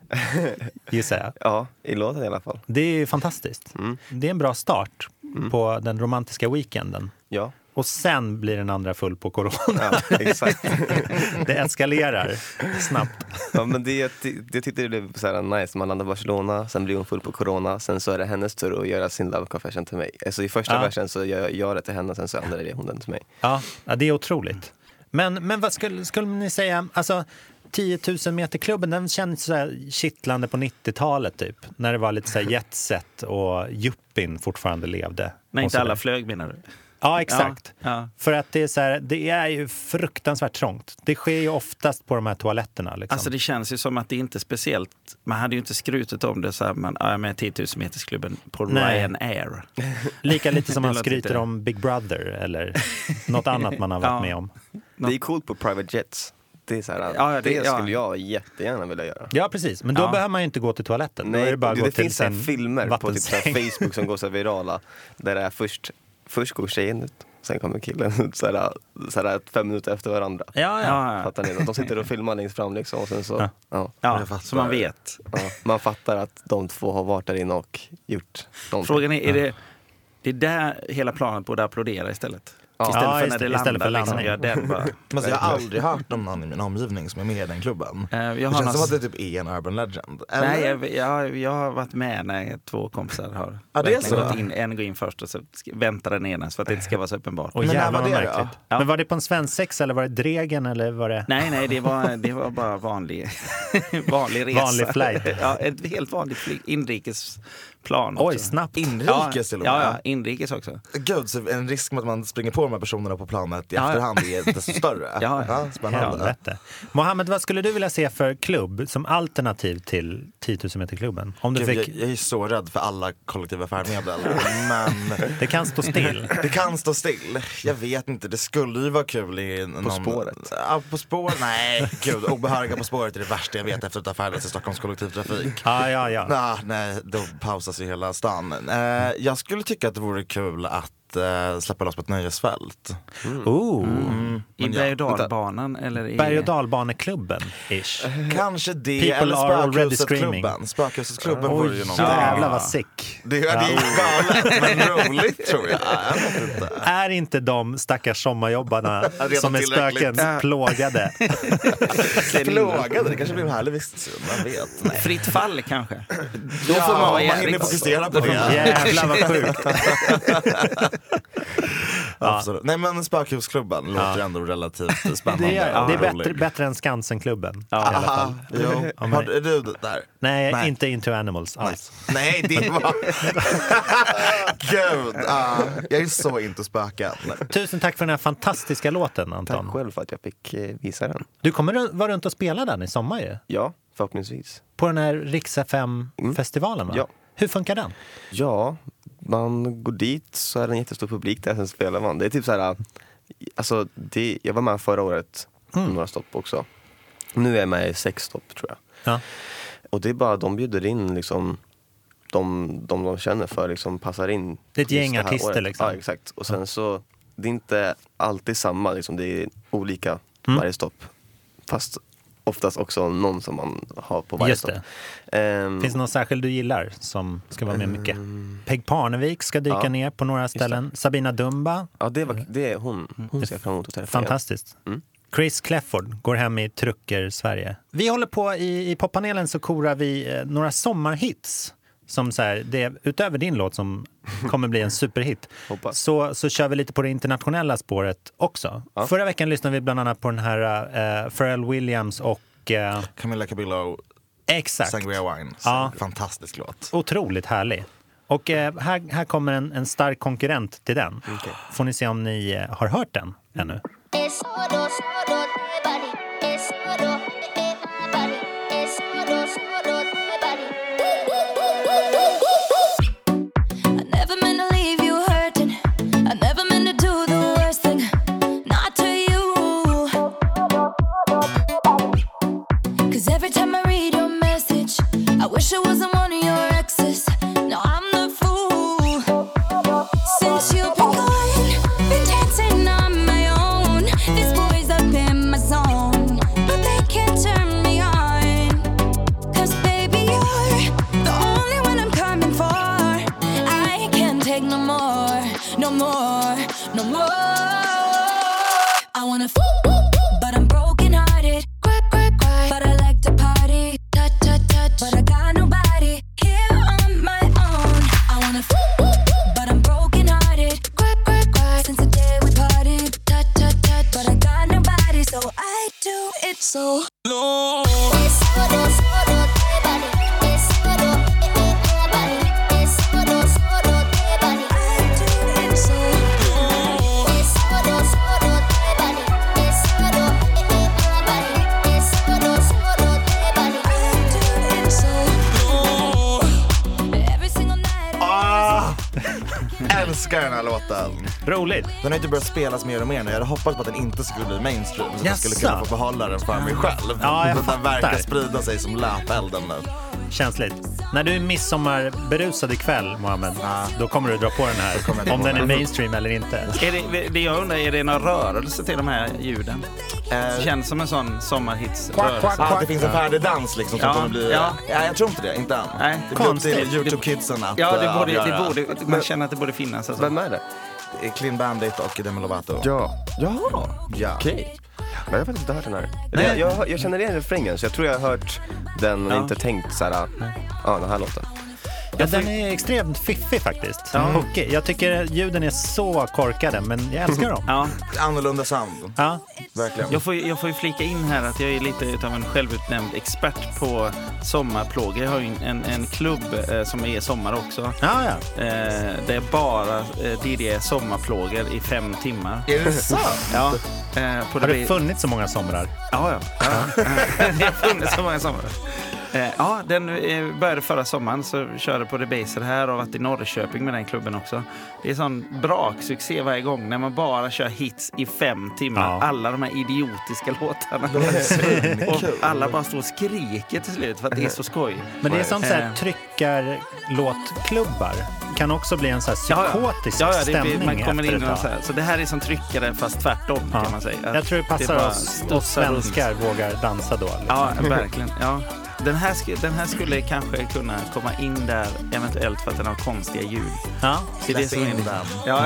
Speaker 1: gissar jag.
Speaker 6: Ja, i låten i alla fall.
Speaker 1: Det är ju fantastiskt.
Speaker 6: Mm.
Speaker 1: Det är en bra start på den romantiska weekenden.
Speaker 6: Ja,
Speaker 1: Och sen blir den andra full på corona.
Speaker 6: ja exakt.
Speaker 1: Det eskalerar snabbt.
Speaker 6: Ja, men det, det, det tyckte jag blev så här nice. Man landar i Barcelona, sen blir hon full på corona. Sen så är det hennes tur att göra sin love confession till mig. Alltså i första
Speaker 1: Ja.
Speaker 6: versen så gör jag det till henne, sen så andra är det hon den till mig.
Speaker 1: Ja, ja, det är otroligt. Men, men vad skulle, skulle ni säga, alltså tio tusen meter klubben, den känns så här kittlande på nittiotalet typ. När det var lite så här jetset och juppin fortfarande levde.
Speaker 2: När
Speaker 1: Och
Speaker 2: inte
Speaker 1: så
Speaker 2: alla
Speaker 1: där.
Speaker 2: flög, menar du?
Speaker 1: Ja, exakt.
Speaker 2: Ja, ja.
Speaker 1: För att det är så här, det är ju fruktansvärt trångt. Det sker ju oftast på de här toaletterna liksom.
Speaker 2: Alltså det känns ju som att det inte är speciellt. Man hade ju inte skrutit om det så här, man, ja, med tio tusen metersklubben på
Speaker 1: Nej.
Speaker 2: Ryanair.
Speaker 1: Lika lite som
Speaker 2: Det
Speaker 1: man
Speaker 2: låter
Speaker 1: skryter
Speaker 2: inte-
Speaker 1: om Big Brother eller något annat man har varit
Speaker 2: Ja.
Speaker 1: med om.
Speaker 6: Det är coolt på private jets. Det är så här,
Speaker 2: Ja, det-
Speaker 6: det,
Speaker 2: ja.
Speaker 6: skulle jag jättegärna vilja göra.
Speaker 1: Ja, precis. Men då
Speaker 2: Ja.
Speaker 1: behöver man ju inte gå till toaletten. då är
Speaker 6: Nej,
Speaker 1: det bara att
Speaker 6: det,
Speaker 1: gå
Speaker 6: det
Speaker 1: till
Speaker 6: finns så här
Speaker 1: sin
Speaker 6: filmer på typ så här
Speaker 1: vattensäng.
Speaker 6: Facebook som går så här virala. Där det är först, först går tjejen ut, sen kommer killen ut så här, så här fem minuter efter varandra.
Speaker 1: Ja, ja.
Speaker 2: Ja, ja.
Speaker 6: Fattar ni? De sitter och filmar längst fram liksom, och sen så,
Speaker 1: Ja.
Speaker 6: ja.
Speaker 2: Ja,
Speaker 3: Jag fattar.
Speaker 2: så man vet.
Speaker 6: Ja, man fattar att de två har varit där inne och gjort någonting.
Speaker 2: Frågan är, är det, det är där hela planen borde applådera istället?
Speaker 6: Ja.
Speaker 2: Istället
Speaker 1: Ja,
Speaker 2: för
Speaker 1: just
Speaker 2: när det
Speaker 1: det. Istället
Speaker 2: landar.
Speaker 1: för
Speaker 2: Liksom,
Speaker 1: landning.
Speaker 2: ja, den bara.
Speaker 3: Men alltså, jag har aldrig hört om någon i min omgivning som är med i den klubben.
Speaker 2: Eh, jag
Speaker 3: Det
Speaker 2: har
Speaker 3: känns
Speaker 2: någon-
Speaker 3: som att det typ är en urban legend. Eller?
Speaker 2: Nej, jag, jag, jag har varit med när två kompisar har
Speaker 3: Ja, det är
Speaker 2: verkligen
Speaker 3: så.
Speaker 2: gått in. En går in först och så sk- väntar den ena så att det inte ska vara så uppenbart.
Speaker 1: Och
Speaker 3: Men när
Speaker 1: jävlar
Speaker 3: var
Speaker 1: vad
Speaker 3: det då?
Speaker 1: märkligt.
Speaker 2: Ja.
Speaker 1: Men var det på en svensexa eller var det Dregen eller var det
Speaker 2: Nej, nej, det var, det var bara vanlig, vanlig resa.
Speaker 1: vanlig flight?
Speaker 2: Ja, ett helt vanligt flyg, inrikesplan.
Speaker 1: Oj,
Speaker 2: också.
Speaker 1: snabbt.
Speaker 3: Inrikes till och med.
Speaker 2: Ja, ja, inrikes också.
Speaker 3: Gud, så en risk med att man springer på de här personerna på planet i
Speaker 2: Ja.
Speaker 3: efterhand är desto större.
Speaker 2: Ja, ja.
Speaker 3: Spännande.
Speaker 1: Helvete. Mohammed, vad skulle du vilja se för klubb som alternativ till tio tusen meter klubben? Om du
Speaker 3: Gud,
Speaker 1: fick,
Speaker 3: jag, jag är så rädd för alla kollektiva färdmedel. Men
Speaker 1: det kan stå still.
Speaker 3: det kan stå still. Jag vet inte, det skulle ju vara kul i någon...
Speaker 6: spåret?
Speaker 3: Ja, på spåret? Nej, gud. Obehöriga på spåret är det värsta jag vet efter att ha färdats i Stockholms kollektivtrafik.
Speaker 1: Ja, ja, ja.
Speaker 3: Nah, nej, då pausas ju hela stan. Eh, jag skulle tycka att det vore kul att eh, släppa loss på ett nöjesfält.
Speaker 1: Oh.
Speaker 2: I
Speaker 3: Men ja,
Speaker 2: berg- och dalbanan eller i...
Speaker 1: Berg- och dalbaneklubben, ish.
Speaker 3: Kanske det,
Speaker 1: People
Speaker 3: eller
Speaker 1: are already
Speaker 3: Spökhuset-klubben. Spökhuset-klubben
Speaker 1: Oj,
Speaker 3: vore ju någonting.
Speaker 1: jävlar
Speaker 2: Ja.
Speaker 1: vad sick.
Speaker 3: Det, det är galet men roligt tror jag. Jag vet inte.
Speaker 1: Är inte de stackars sommarjobbarna
Speaker 3: Redan
Speaker 1: som är
Speaker 3: tillräckligt.
Speaker 1: spöken plågade?
Speaker 3: Plågade, det kanske blir en härlig vistelserum, man vet. Nej.
Speaker 2: Fritt fall kanske.
Speaker 3: Då får man,
Speaker 2: vara
Speaker 3: man hinner
Speaker 2: jävligt-
Speaker 3: fokusera på det.
Speaker 1: Jävlar vad sjukt.
Speaker 3: Absolut. Nej men Spökhusklubben låter ändå relativt spännande.
Speaker 1: Det är,
Speaker 3: och
Speaker 1: det är
Speaker 3: rolig.
Speaker 1: bättre, bättre än Skansenklubben.
Speaker 2: Ja.
Speaker 1: i alla fall.
Speaker 3: Aha, jo.
Speaker 1: Ja, men-
Speaker 3: Har, är du där?
Speaker 1: Nej,
Speaker 3: Nej.
Speaker 1: inte Into Animals alls.
Speaker 3: Nej, det var... Gud, ah, jag är så into spöken.
Speaker 1: Tusen tack för den här fantastiska låten, Anton.
Speaker 6: Tack själv för att jag fick eh, visa den.
Speaker 1: Du kommer ru- vara runt och spela den i sommar ju.
Speaker 6: Ja, förhoppningsvis.
Speaker 1: På den här Rix F M-festivalen, va?
Speaker 6: Ja.
Speaker 1: Hur funkar den?
Speaker 6: Ja, man går dit så är det en jättestor publik där, sen spelar man. Det är typ så här, alltså det, jag var med förra året, några stopp också. Nu är jag med i sex stopp tror jag.
Speaker 1: Ja.
Speaker 6: Och det är bara, de bjuder in liksom de de, de känner för, liksom passar in.
Speaker 1: Det är ett
Speaker 6: just
Speaker 1: gäng
Speaker 6: här
Speaker 1: artister,
Speaker 6: året.
Speaker 1: liksom.
Speaker 6: Ja, exakt. Och sen så, det är inte alltid samma, liksom, det är olika
Speaker 1: Mm.
Speaker 6: varje stopp. Fast oftast också någon som man har på varje
Speaker 1: Just
Speaker 6: stopp.
Speaker 1: det.
Speaker 6: Ehm,
Speaker 1: Finns det någon särskild du gillar som ska vara med mycket? Peg Parnevik ska dyka
Speaker 6: Ja,
Speaker 1: ner på några ställen. Sabina Dumba,
Speaker 6: Ja, det, var, det är hon. Hon ser jag fram emot att träffa igen.
Speaker 1: fantastiskt.
Speaker 6: Mm.
Speaker 1: Chris Clefford går hem i Trucker Sverige. Vi håller på i, i poppanelen så korar vi eh, några sommarhits. Som så här, det är, utöver din låt som kommer bli en superhit,
Speaker 6: Hoppas.
Speaker 1: så, så kör vi lite på det internationella spåret också.
Speaker 6: Ja.
Speaker 1: Förra veckan lyssnade vi bland annat på den här uh, Pharrell Williams och uh,
Speaker 3: Camilla Cabello,
Speaker 1: Exakt.
Speaker 3: Sangria Wine.
Speaker 1: Ja.
Speaker 3: Fantastisk låt.
Speaker 1: Otroligt härlig. Och eh, här, här kommer en, en stark konkurrent till den. Okay. Får ni se om ni eh, har hört den ännu.
Speaker 3: Älskar den här låten.
Speaker 1: Roligt.
Speaker 3: Den har inte börjat spelas mer och mer nu. Jag hade hoppats på att den inte skulle bli mainstream, så att jag skulle kunna få behålla den för mig själv.
Speaker 1: Ja, jag
Speaker 3: den verkar sprida sig som löpelden nu.
Speaker 1: Känsligt. När du är midsommarberusad ikväll, Mohammed, ja. Då kommer du dra på den här. Om den är mainstream eller inte.
Speaker 2: Är det, det jag undrar, är det någon rörelse till de här ljuden? Det känns som en sån sommarhitsrörelse.
Speaker 3: Ah, det finns en färdig dans liksom som
Speaker 2: ja,
Speaker 3: kommer bli...
Speaker 2: Ja.
Speaker 3: Ja, jag tror inte det, inte än.
Speaker 2: Nej,
Speaker 3: det blir upp till YouTube-kidsen att
Speaker 2: ja, det borde,
Speaker 3: avgöra.
Speaker 2: det borde, man känner att det borde finnas. Alltså.
Speaker 6: Vem är det?
Speaker 3: Det är Clean Bandit och Demi Lovato.
Speaker 6: Ja. Ja.
Speaker 3: Ja.
Speaker 6: Okej. Okay. Men jag har faktiskt inte hört den här. Jag, jag, jag känner igen refrängen, så jag tror jag har hört den och ja. inte tänkt så här, ja, den här låten.
Speaker 1: Ja, den är extremt fiffig faktiskt. Ja. Okay. Jag tycker ljuden är så korkade, men jag älskar dem.
Speaker 2: Ja.
Speaker 3: Annorlunda sound.
Speaker 1: Ja.
Speaker 3: Verkligen.
Speaker 2: Jag får, jag får ju flika in här att jag är lite utav en självutnämnd expert på sommarplågor. Jag har ju en, en klubb eh, som är sommar också.
Speaker 1: Ja, ja.
Speaker 2: Eh, det är bara eh, D D sommarplågor i fem timmar.
Speaker 3: Är det sant?
Speaker 2: Ja. Eh, på
Speaker 1: har det funnits så många somrar?
Speaker 2: Ja, ja. ja. Det har funnits så många somrar. Eh, ja, den eh, började förra sommaren, så körde på Debaser här och varit i Norrköping med den klubben också. Det är sån braksuccé varje gång när man bara kör hits i fem timmar. Ja. Alla de här idiotiska låtarna. Och alla bara står och skriker till slut för att det är så skoj.
Speaker 1: Men det är som så här tryckarlåtklubbar. Kan också bli en så här psykotisk ja, ja. Ja, ja,
Speaker 2: stämning
Speaker 1: blir,
Speaker 2: man kommer in och så här. Så det här är som tryckare fast tvärtom ja. kan man säga. Att
Speaker 1: jag tror det passar det oss, oss svenskar runt. Vågar dansa då. Liksom.
Speaker 2: Ja, verkligen. Ja. Den här, den här skulle kanske kunna komma in där eventuellt för att den har konstiga ljud.
Speaker 1: Ja,
Speaker 2: det är det som
Speaker 3: in
Speaker 2: är
Speaker 3: den.
Speaker 2: Ja.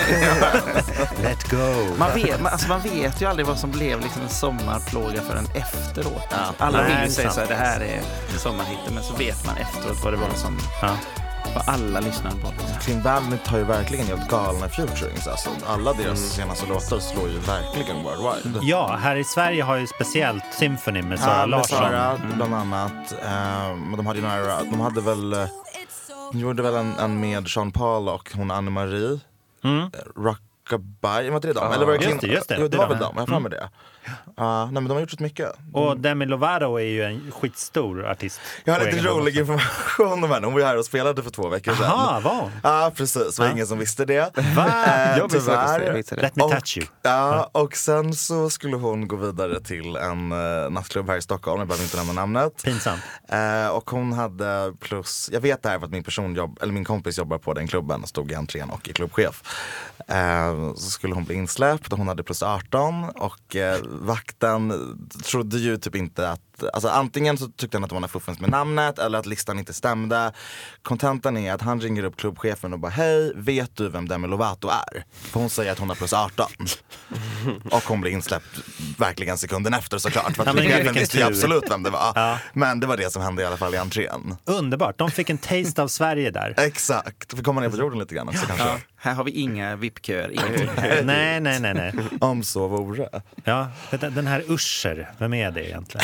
Speaker 1: Let go.
Speaker 2: Man vet, man, alltså man vet ju aldrig vad som blev liksom en sommarplåga för en efteråt. Ja. Alla vill ju säga så här, det här är en sommarhitten, men så vet man efteråt vad det var som... Ja. Vad alla lyssnar på.
Speaker 3: Clean Bandit har ju verkligen gjort galna featurings. Alltså, alla deras mm. senaste låtar slår ju verkligen worldwide.
Speaker 1: Ja, här i Sverige har ju speciellt Symphony med Sara
Speaker 3: ja,
Speaker 1: Larsson.
Speaker 3: Sara, mm. bland annat. Um, de hade ju några, de hade väl, de gjorde väl en, en med Sean Paul och hon Anne-Marie. Mm. Rockabye, var inte det dem?
Speaker 1: Ja,
Speaker 3: Eller var det
Speaker 1: just det, just det.
Speaker 3: Jo, det var väl dem, jag får med det. Uh, nej, men de har gjort så mycket.
Speaker 1: Och Demi Lovato är ju en skitstor artist.
Speaker 3: Jag har lite rolig information om henne. Hon var här och spelade för två veckor sedan.
Speaker 1: Jaha, var
Speaker 3: Ja, uh, precis. Det var uh. ingen som visste det.
Speaker 1: Va?
Speaker 3: Uh,
Speaker 6: jag
Speaker 3: tyvärr.
Speaker 6: visste det.
Speaker 1: Let me touch you.
Speaker 3: Ja, uh, och sen så skulle hon gå vidare till en uh, nattklubb här i Stockholm. Jag behöver inte nämna namnet.
Speaker 1: Pinsamt.
Speaker 3: Uh, och hon hade plus, jag vet det här för att min person jobb, eller min kompis jobbar på den klubben och stod i entrén och är klubbchef. Uh, så skulle hon bli insläppt och hon hade plus arton och uh, vakten trodde ju typ inte att, alltså antingen så tyckte han att det var något fuffens med namnet eller att listan inte stämde. Kontentan är att han ringer upp klubbchefen och bara, hej, vet du vem Demi Lovato är? För hon säger att hon har plus arton. Och hon blir insläppt verkligen sekunden efter såklart. För att klubbchefen visste ju absolut vem det var. Ja. Men det var det som hände i alla fall i entrén.
Speaker 1: Underbart, de fick en taste av Sverige där.
Speaker 3: Exakt, vi kommer ner på jorden lite grann också kanske.
Speaker 2: Ja. Här har vi inga V I P-köer.
Speaker 1: nej, nej, nej, nej.
Speaker 3: Om så vore.
Speaker 1: Ja, den här Usher, vem är det egentligen?
Speaker 2: Ja, ja,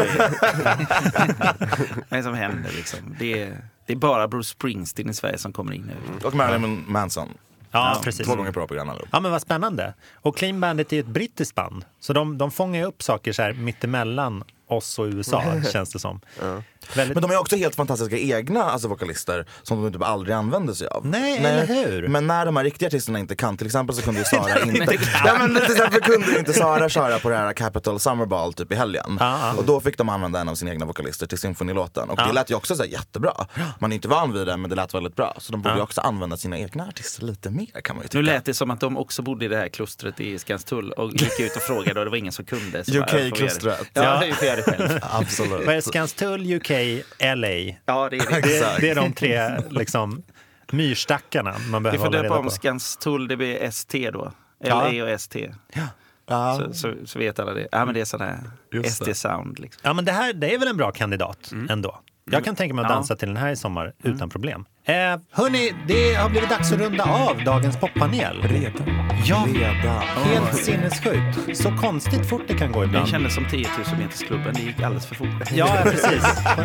Speaker 2: Vad är det som händer liksom? Det är, det är bara Bruce Springsteen i Sverige som kommer in nu.
Speaker 3: Och Marilyn Manson.
Speaker 1: Ja,
Speaker 2: Ja,
Speaker 1: precis.
Speaker 3: Två gånger per år på Gröna Lund.
Speaker 1: Ja, men vad spännande. Och Clean Bandit är ju ett brittiskt band. Så de, de fångar ju upp saker så här mittemellan oss och U S A, känns det som.
Speaker 6: Ja.
Speaker 1: Väldigt...
Speaker 3: Men de är också helt fantastiska egna alltså, vokalister som de typ aldrig använder sig av.
Speaker 1: Nej, eller hur?
Speaker 3: Men när de här riktiga artisterna inte kan, till exempel så kunde ju Sara inte... Ja, men till exempel kunde inte Sara köra på det här Capitol Summer Ball typ i helgen.
Speaker 1: Ja.
Speaker 3: Och då fick de använda en av sina egna vokalister till symfonilåten. Och det
Speaker 1: Ja.
Speaker 3: lät ju också så här jättebra. Man är inte van vid det, men det lät väldigt bra. Så de borde ju också använda sina egna artister lite mer, kan man ju tycka.
Speaker 2: Nu lät det som att de också bodde i det här klustret i Skanstull och gick ut och frågade och det var ingen som kunde. Så
Speaker 3: U
Speaker 2: bara, jag får göra det.
Speaker 3: K-klustret.
Speaker 2: Ja, jag får göra det själv.
Speaker 3: Absolut.
Speaker 1: Vad är Skanstull, U K, L A?
Speaker 2: Ja, det är det.
Speaker 1: Det, det är de tre liksom, myrstackarna man
Speaker 2: Vi
Speaker 1: behöver
Speaker 2: får
Speaker 1: hålla
Speaker 2: döpa
Speaker 1: reda
Speaker 2: om
Speaker 1: på.
Speaker 2: Skanstull, det blir S T då.
Speaker 1: Ja.
Speaker 2: L A och S T.
Speaker 3: Ja.
Speaker 2: Så, så, så vet alla det. Ja, men det är sån här
Speaker 3: Just
Speaker 2: S T-sound liksom.
Speaker 1: Ja, men det här det är väl en bra kandidat ändå. Jag kan tänka mig att
Speaker 2: Ja.
Speaker 1: dansa till den här i sommar utan problem. Eh, hörni, det har blivit dags att runda av dagens poppanel.
Speaker 3: Redan.
Speaker 1: Ja,
Speaker 3: Redan.
Speaker 1: helt sinnessjukt. Så konstigt fort det kan gå
Speaker 2: Det
Speaker 1: ibland.
Speaker 2: kändes som tio tusen metersklubben, det gick alldeles för fort.
Speaker 1: Ja, precis.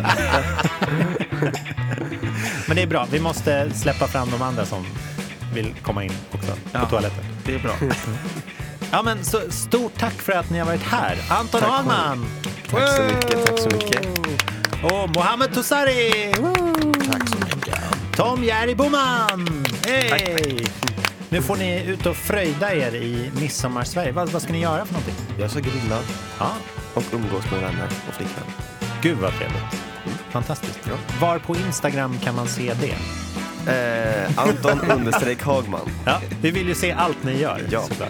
Speaker 1: Men det är bra, vi måste släppa fram de andra som vill komma in också på
Speaker 2: Ja.
Speaker 1: toaletten.
Speaker 2: Det är bra.
Speaker 1: Ja, men så stort tack för att ni har varit här. Anton Hagman!
Speaker 6: Tack så mycket, tack så mycket.
Speaker 1: Och Mohammed Tosari!
Speaker 3: Tack så mycket.
Speaker 1: Tom Jerry Boman! Hej! Nu får ni ut och fröjda er i Midsommarsverige. Vad, vad ska ni göra för någonting?
Speaker 6: Jag ska grilla
Speaker 1: Ja,
Speaker 6: och umgås med vänner och flickvän.
Speaker 1: gud vad trevligt. Fantastiskt. Var på Instagram kan man se det?
Speaker 6: Eh, Anton understreck Hagman.
Speaker 1: Ja, vi vill ju se allt ni gör,
Speaker 6: Ja.
Speaker 1: såklart.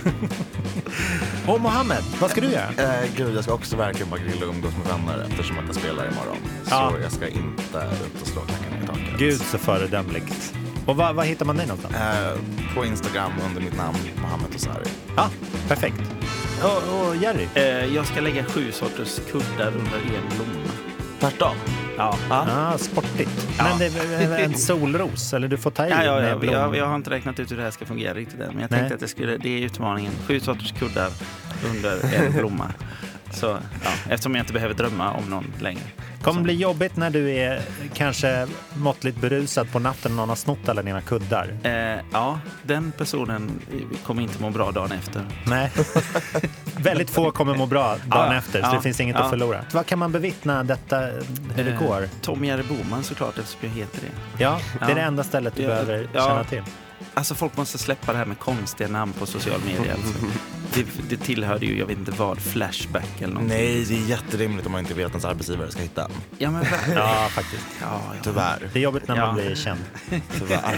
Speaker 1: Och Mohammed, vad ska du göra?
Speaker 3: Eh, gud, jag ska också verkligen bara grilla och umgås med vänner eftersom att jag spelar imorgon.
Speaker 1: Ja.
Speaker 3: Så jag ska inte ut och slå klackarna i taket.
Speaker 1: Gud så föredömligt. Och vad, vad hittar man dig någonstans?
Speaker 3: Eh, på Instagram under mitt namn, Mohammed Tosari.
Speaker 1: Ja, perfekt. Och, och Jerry?
Speaker 2: Eh, jag ska lägga sju sorters kuddar under en blomma.
Speaker 3: Tvärtom.
Speaker 2: Ja.
Speaker 1: Ah, sportigt.
Speaker 2: Ja.
Speaker 1: Men det är en solros, eller du får ta i
Speaker 2: Ja, ja,
Speaker 1: med
Speaker 2: ja,
Speaker 1: blom.
Speaker 2: jag, jag har inte räknat ut hur det här ska fungera riktigt än. Men jag
Speaker 1: Nej.
Speaker 2: tänkte att det, skulle, det är utmaningen. Sju sorters kuddar under en blomma. Så, ja, eftersom jag inte behöver drömma om någon längre.
Speaker 1: Kommer bli jobbigt när du är kanske måttligt berusad på natten och någon har snott alla dina kuddar.
Speaker 2: Eh, ja, den personen kommer inte må bra dagen efter.
Speaker 1: Nej. Väldigt få kommer må bra dagen
Speaker 2: Ja,
Speaker 1: efter, så
Speaker 2: ja,
Speaker 1: det finns inget
Speaker 2: ja.
Speaker 1: att förlora. Vad kan man bevittna detta, hur det
Speaker 2: Eh,
Speaker 1: går?
Speaker 2: Tom Jerry Boman såklart, eftersom jag heter det.
Speaker 1: Ja, det är
Speaker 2: ja.
Speaker 1: det enda stället du
Speaker 2: Ja,
Speaker 1: behöver
Speaker 2: ja.
Speaker 1: känna till.
Speaker 2: Alltså folk måste släppa det här med konstiga namn på social media. Alltså. Det, det tillhörde ju, jag vet inte vad, Flashback eller någonting.
Speaker 3: Nej, det är jätterimligt om man inte vet att ens arbetsgivare ska hitta en.
Speaker 2: Ja, men va-
Speaker 1: Ja, faktiskt.
Speaker 2: ja, ja.
Speaker 3: Tyvärr.
Speaker 1: Det är jobbigt när man
Speaker 2: Ja.
Speaker 1: blir känd.
Speaker 3: Tyvärr.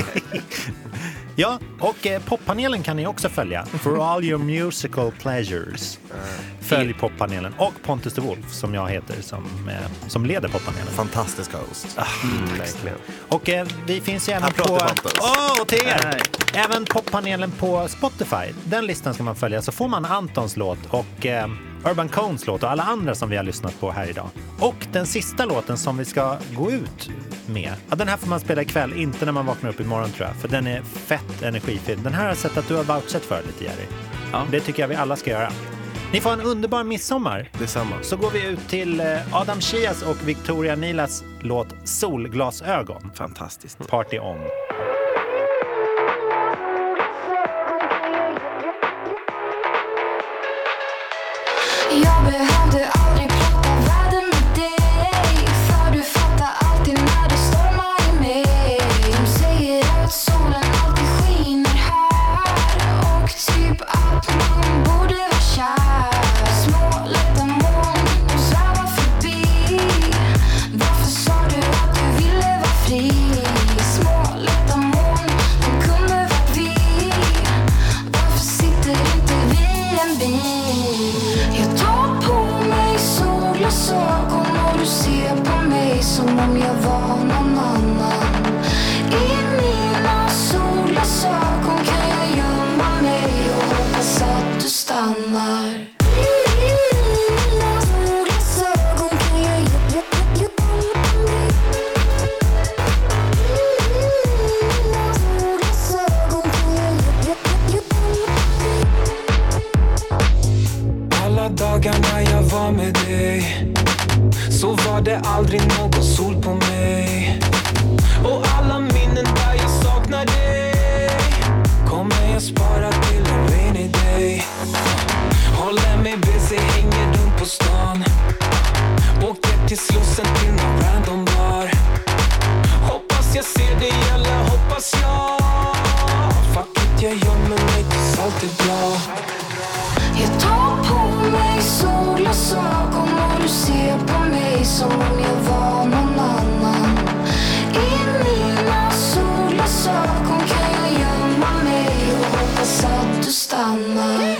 Speaker 1: Ja, och eh, poppanelen kan ni också följa. For all your musical pleasures. Följ poppanelen. Och Pontus de Wolf, som jag heter, som, eh, som leder poppanelen.
Speaker 3: Fantastisk host.
Speaker 6: Mm, verkligen.
Speaker 1: Och eh, vi finns ju även
Speaker 3: Applåd
Speaker 1: på...
Speaker 3: till Pontus.
Speaker 1: Åh, och till er!
Speaker 2: Nej.
Speaker 1: Även poppanelen på Spotify. Den listan ska man följa, så får man Antons låt och eh, Urban Cones låt och alla andra som vi har lyssnat på här idag. Och den sista låten som vi ska gå ut med, ja, den här får man spela ikväll, inte när man vaknar upp imorgon tror jag, för den är fett energifylld. Den här har jag sett att du har vouchat för lite, Jerry.
Speaker 2: Ja.
Speaker 1: Det tycker jag vi alla ska göra. Ni får en underbar midsommar.
Speaker 6: Detsamma.
Speaker 1: Så går vi ut till eh, Adam Chias och Victoria Nilas låt Solglasögon.
Speaker 2: Fantastiskt.
Speaker 1: Party on.
Speaker 7: Jag behövde aldrig prata världen med dig, för du fattar alltid när det stormar i mig. De säger att solen alltid skiner här och typ att man borde vara kär. Små lätta moln, de svävar förbi. Varför sa du att du ville vara fri? Små lätta moln, de kunde varit vi. Varför sitter inte vi i en bil? Jag tar på mig solglasögon och du ser på mig som om jag var någon annan. I mina solglasögon kan jag gömma mig och hoppas att du stannar. I mina solglasögon kan jag gömma mig. I mina solglasögon kan jag gömma mig.
Speaker 8: Alla dagarna jag var med dig så var det aldrig någon sol på mig. Och alla minnen där jag saknar dig kommer jag spara till en rainy day. Håller mig busy, hänger runt på stan. Åker till Slussen till någon random bar. Hoppas jag ser dig eller hoppas jag. Fuck it, jag gömmer mig tills allt är bra.
Speaker 7: Jag tar på mig solglasögon och du ser på mig som om jag var någon annan. I mina solglasögon kan jag gömma mig och hoppas att du stannar.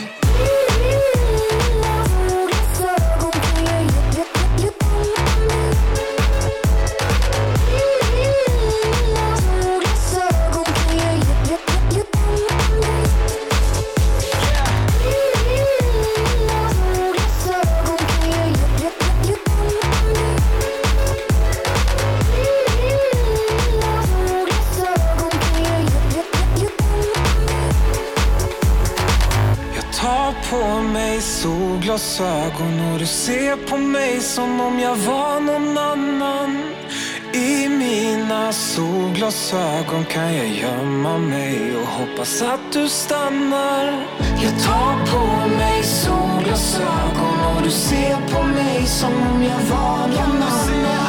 Speaker 8: På mig solglasögon och du ser på mig som om jag var någon annan. I mina solglasögon kan jag gömma mig och hoppas att du stannar. Jag tar på mig solglasögon och du ser på mig som om jag var någon annan.